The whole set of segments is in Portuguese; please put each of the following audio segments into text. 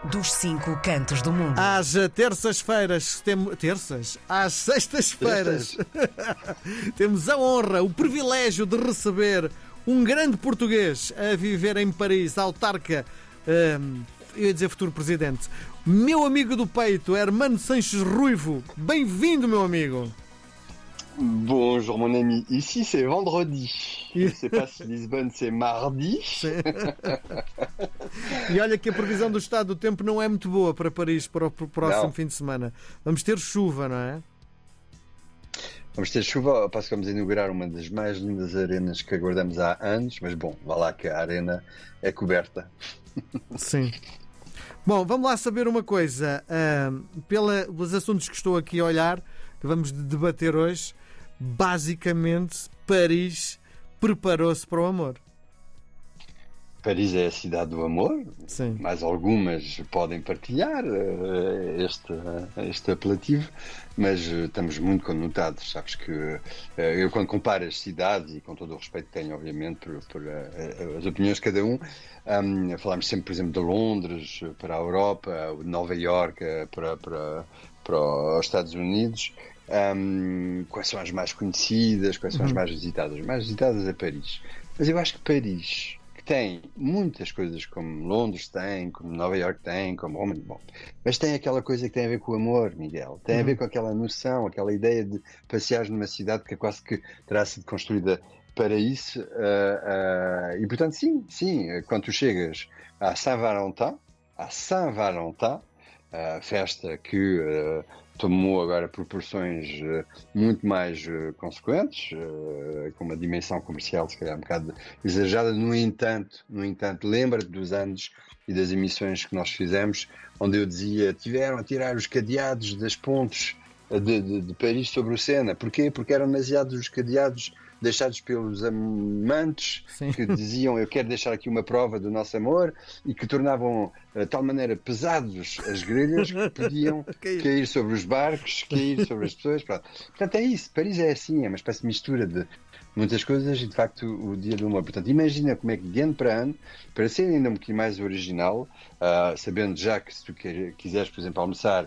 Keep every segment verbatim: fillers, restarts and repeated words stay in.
dos cinco cantos do mundo. Às terças-feiras, temos. Terças? Às sextas-feiras, temos a honra, o privilégio de receber um grande português a viver em Paris, autarca, hum, eu ia dizer futuro presidente, meu amigo do peito, Hermano Sanches Ruivo. Bem-vindo, meu amigo. Bonjour mon ami, ici c'est vendredi. Je ne sais pas si Lisbonne c'est mardi. E olha que a previsão do estado do tempo não é muito boa para Paris para o próximo Não. fim de semana. Vamos ter chuva, não é? Vamos ter chuva, passo que vamos inaugurar uma das mais lindas arenas que aguardamos há anos, mas bom, vá lá que a arena é coberta. Sim. Bom, vamos lá saber uma coisa. Uh, pelos assuntos que estou aqui a olhar, que vamos debater hoje, basicamente Paris preparou-se para o amor. Paris é a cidade do amor. Sim. Mais algumas podem partilhar uh, este, uh, este apelativo, mas uh, estamos muito conotados. Sabes que uh, eu, quando comparo as cidades, e com todo o respeito que tenho, obviamente, por, por uh, as opiniões de cada um, um, falamos sempre, por exemplo, de Londres para a Europa, de Nova Iorque para, para, para os Estados Unidos. Um, quais são as mais conhecidas, quais são as mais visitadas? As mais visitadas é Paris. Mas eu acho que Paris, que tem muitas coisas como Londres tem, como Nova Iorque tem, como Roma, bom, mas tem aquela coisa que tem a ver com o amor, Miguel. Tem a ver com aquela noção, aquela ideia de passear numa cidade que quase que terá sido construída para isso. Uh, uh, e portanto, sim, sim, quando tu chegas a Saint-Valentin, a Saint-Valentin, a festa que uh, tomou agora proporções uh, muito mais uh, consequentes, uh, com uma dimensão comercial se calhar um bocado exagerada. No entanto, no entanto, lembra-te dos anos e das emissões que nós fizemos, onde eu dizia, tiveram a tirar os cadeados das pontes de, de, de Paris sobre o Sena. Porquê? Porque eram demasiados os cadeados deixados pelos amantes. Sim. Que diziam, eu quero deixar aqui uma prova do nosso amor, e que tornavam de tal maneira pesados as grelhas que podiam cair sobre os barcos, cair sobre as pessoas. Pronto. Portanto, é isso. Paris é assim, é uma espécie de mistura de muitas coisas e, de facto, o dia do amor. Portanto, imagina como é que, de ano para ano, para ser ainda um bocadinho mais original, uh, sabendo já que se tu quiseres, por exemplo, almoçar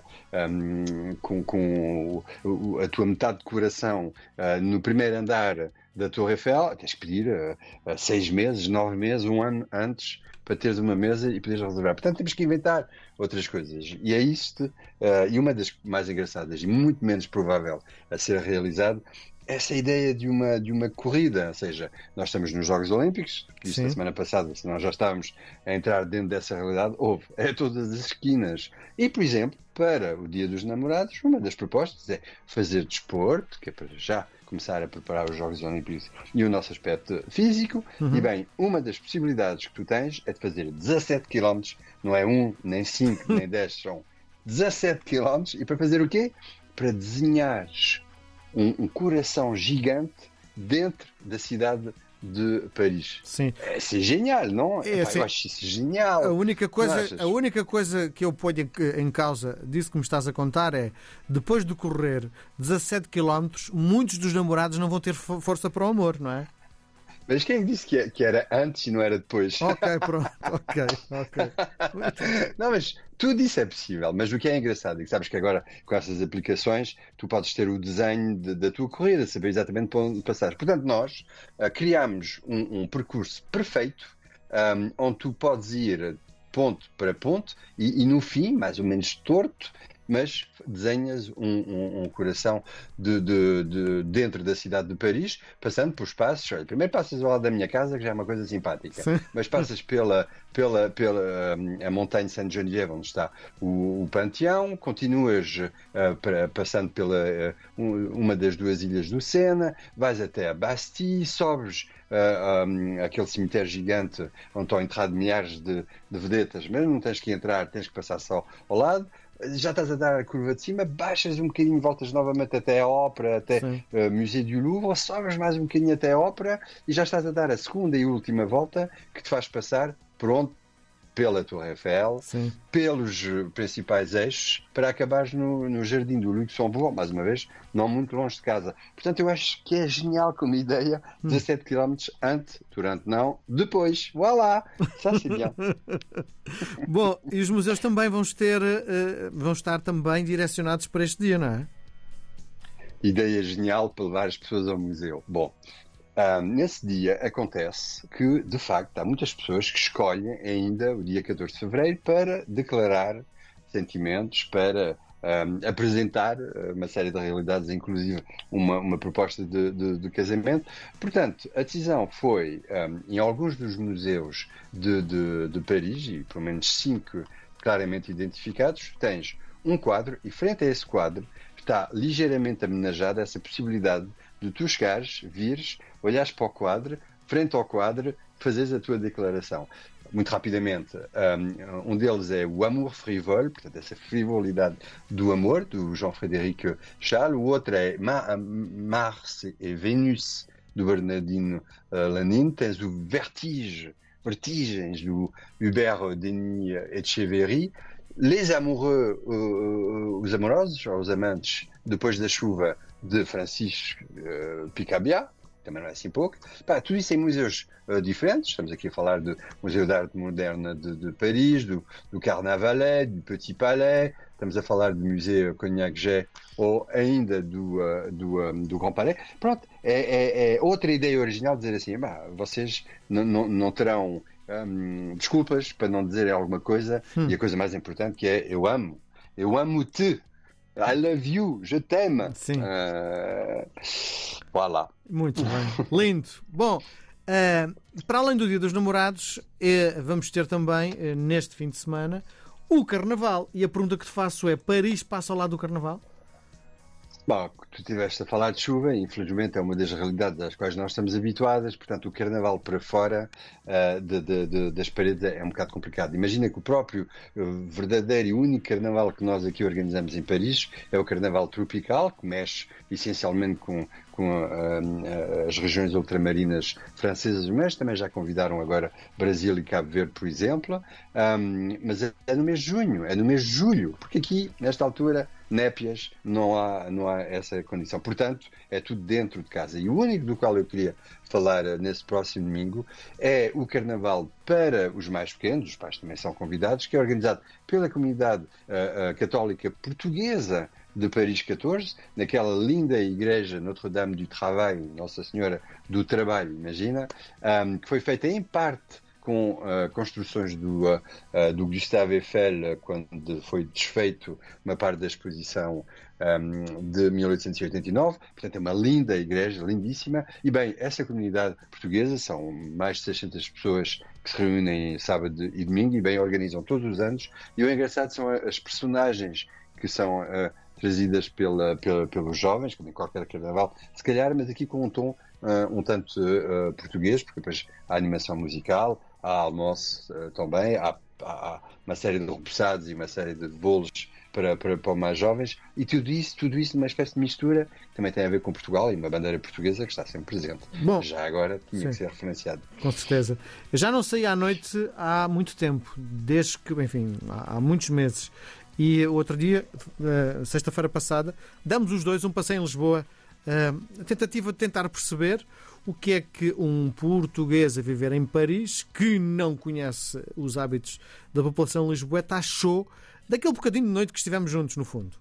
um, com, com o, o, a tua metade de coração uh, no primeiro andar da Torre Eiffel, tens que pedir uh, uh, seis meses, nove meses, um ano antes, para teres uma mesa e poderes reservar. Portanto, temos que inventar outras coisas. E é isto, uh, e uma das mais engraçadas e muito menos provável a ser realizado, essa ideia de uma, de uma corrida. Ou seja, nós estamos nos Jogos Olímpicos, que isto na semana passada, se nós já estávamos a entrar dentro dessa realidade, houve, é todas as esquinas. E, por exemplo, para o Dia dos Namorados, uma das propostas é fazer desporto, que é para já começar a preparar os Jogos Olímpicos e o nosso aspecto físico. Uhum. E bem, uma das possibilidades que tu tens é de fazer dezassete quilómetros, não é um, nem cinco, nem dez, são dezassete quilómetros. E para fazer o quê? Para desenhares um, um coração gigante dentro da cidade de Paris. Sim. É, isso é genial, não? É, Epá, eu acho isso genial. A única coisa, a única coisa que eu ponho em, em causa disso que me estás a contar é, depois de correr dezassete quilómetros, muitos dos namorados não vão ter força para o amor, não é? Mas quem disse que, que era antes e não era depois? Ok, pronto. Ok, ok. Não, mas tudo isso é possível. Mas o que é engraçado é que sabes que agora, com essas aplicações, tu podes ter o desenho de, da tua corrida, saber exatamente para onde passares. Portanto, nós uh, criámos um, um percurso perfeito, um, onde tu podes ir ponto para ponto e, e no fim, mais ou menos torto, mas desenhas um, um, um coração de, de, de, dentro da cidade de Paris, passando por passos. Olha, primeiro passas ao lado da minha casa, que já é uma coisa simpática. Sim. Mas passas pela, pela, pela a montanha Sainte-Geneviève, onde está o, o Panteão, continuas uh, para, passando pela uh, uma das duas ilhas do Sena, vais até a Bastille, sobes Uh, um, aquele cemitério gigante onde estão enterrados milhares de, de vedetas, mas não tens que entrar, tens que passar só ao lado. Já estás a dar a curva de cima, baixas um bocadinho, voltas novamente até a Ópera, até o uh, Museu do Louvre, sobes mais um bocadinho até a Ópera e já estás a dar a segunda e última volta que te faz passar por onde pela Torre Eiffel, Sim. pelos principais eixos, para acabares no, no Jardim do Luxembourg, mais uma vez, não muito longe de casa. Portanto, eu acho que é genial como ideia, dezassete quilómetros antes, durante não, depois, voilà, ça c'est bien. Bom, e os museus também vão, ter, uh, vão estar também direcionados para este dia, não é? Ideia genial para levar as pessoas ao museu. Bom, Um, nesse dia acontece que, de facto, há muitas pessoas que escolhem ainda o dia catorze de fevereiro para declarar sentimentos, para um, apresentar uma série de realidades, inclusive uma, uma proposta de, de, de casamento. Portanto, a decisão foi, um, em alguns dos museus de, de, de Paris, e pelo menos cinco claramente identificados, tens um quadro e frente a esse quadro está ligeiramente homenageada essa possibilidade de tu chegares, vires, olhares para o quadro, frente ao quadro, fazeres a tua declaração. Muito rapidamente, um, um deles é o Amour frivole, portanto, essa frivolidade do amor, do Jean-Frédéric Charles. O outro é Ma Mars e Vénus, do Bernardino uh, Lenin. Tens o Vertige, Vertigens, do Hubert Denis Etcheverry. Les amoureux, uh, os amorosos, os amantes, depois da chuva, de Francisco uh, Picabia, também não é assim pouco. Pá, tudo isso em museus uh, diferentes. Estamos aqui a falar do Museu de Arte Moderna de, de Paris, do, do Carnavalet, do Petit Palais. Estamos a falar do Museu Cognac-Jet ou ainda do, uh, do, um, do Grand Palais. Pronto, é, é, é outra ideia original de dizer assim, bah, vocês não terão um, desculpas para não dizerem alguma coisa. Hum. E a coisa mais importante que é, eu amo, eu amo-te. I love you, je t'aime. Sim. Uh, voilà. Muito bem. Lindo. Bom, uh, para além do Dia dos Namorados, uh, vamos ter também, uh, neste fim de semana, o Carnaval. E a pergunta que te faço é, Paris passa ao lado do Carnaval? Bom, tu estiveste a falar de chuva, e infelizmente é uma das realidades às quais nós estamos habituadas, portanto o Carnaval para fora uh, de, de, de, das paredes é um bocado complicado. Imagina que o próprio uh, verdadeiro e único Carnaval que nós aqui organizamos em Paris é o Carnaval tropical, que mexe essencialmente com, com uh, uh, as regiões ultramarinas francesas, mas também já convidaram agora Brasil e Cabo Verde, por exemplo, um, mas é, é no mês de junho, é no mês de julho, porque aqui, nesta altura, népias, não há, não há essa condição. Portanto, é tudo dentro de casa. E o único do qual eu queria falar uh, nesse próximo domingo é o Carnaval para os mais pequenos, os pais também são convidados, que é organizado pela comunidade uh, uh, católica portuguesa de Paris catorze, naquela linda igreja Notre-Dame du Travail, Nossa Senhora do Trabalho, imagina, um, que foi feita em parte com uh, construções do, uh, uh, do Gustave Eiffel, uh, quando foi desfeito uma parte da exposição um, de mil oitocentos e oitenta e nove. Portanto, é uma linda igreja, lindíssima. E bem, essa comunidade portuguesa, são mais de seiscentas pessoas que se reúnem sábado e domingo e bem organizam todos os anos. E o engraçado são as personagens que são uh, trazidas pela, pela, pelos jovens, como em qualquer carnaval, se calhar, mas aqui com um tom uh, um tanto uh, português, porque depois há animação musical, há almoço uh, também, há, há uma série de repousados e uma série de bolos para, para, para os mais jovens, e tudo isso, tudo isso numa espécie de mistura que também tem a ver com Portugal e uma bandeira portuguesa que está sempre presente. Bom, já agora tinha sim, que ser referenciado. Com certeza. Eu já não saí à noite há muito tempo, desde que, enfim, há, há muitos meses. E outro dia, uh, sexta-feira passada, damos os dois um passeio em Lisboa, uh, a tentativa de tentar perceber o que é que um português a viver em Paris, que não conhece os hábitos da população lisboeta, achou daquele bocadinho de noite que estivemos juntos, no fundo.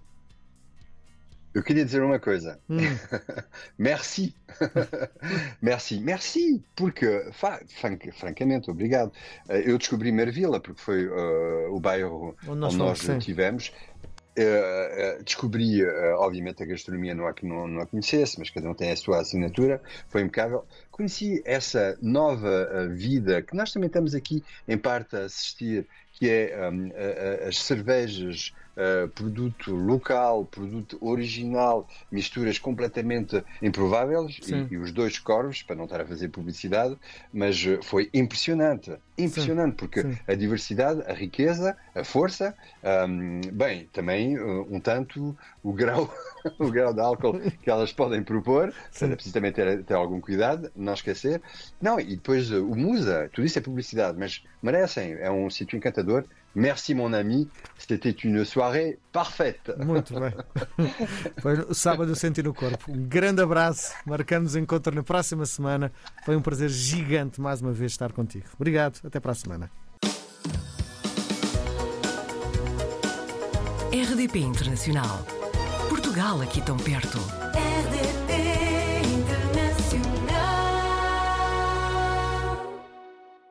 Eu queria dizer uma coisa. Hum. Merci. merci. Merci. Porque, francamente, obrigado. Eu descobri Marvila, porque foi uh, o bairro onde nós, onde nós estivemos. Uh, uh, descobri, uh, obviamente, a gastronomia não há que não, não a conhecesse, mas cada um tem a sua assinatura. Foi impecável. Conheci essa nova uh, vida que nós também estamos aqui, em parte, a assistir, que que é um, a, a, as cervejas, uh, produto local, produto original, misturas completamente improváveis, e, e os dois corvos, para não estar a fazer publicidade, mas uh, foi impressionante, impressionante, sim, porque sim. a diversidade, a riqueza, a força, um, bem, também uh, um tanto o grau, o grau de álcool que elas podem propor, sim. é preciso também ter, ter algum cuidado, não esquecer. Não, e depois uh, o Musa, tudo isso é publicidade, mas merecem, é um sítio encantador. Merci, mon ami. C'était une soirée parfaite. Muito bem. Foi o sábado eu senti no corpo. Um grande abraço. Marcamos encontro na próxima semana. Foi um prazer gigante mais uma vez estar contigo. Obrigado. Até para a semana. R D P Internacional. Portugal aqui tão perto. R D P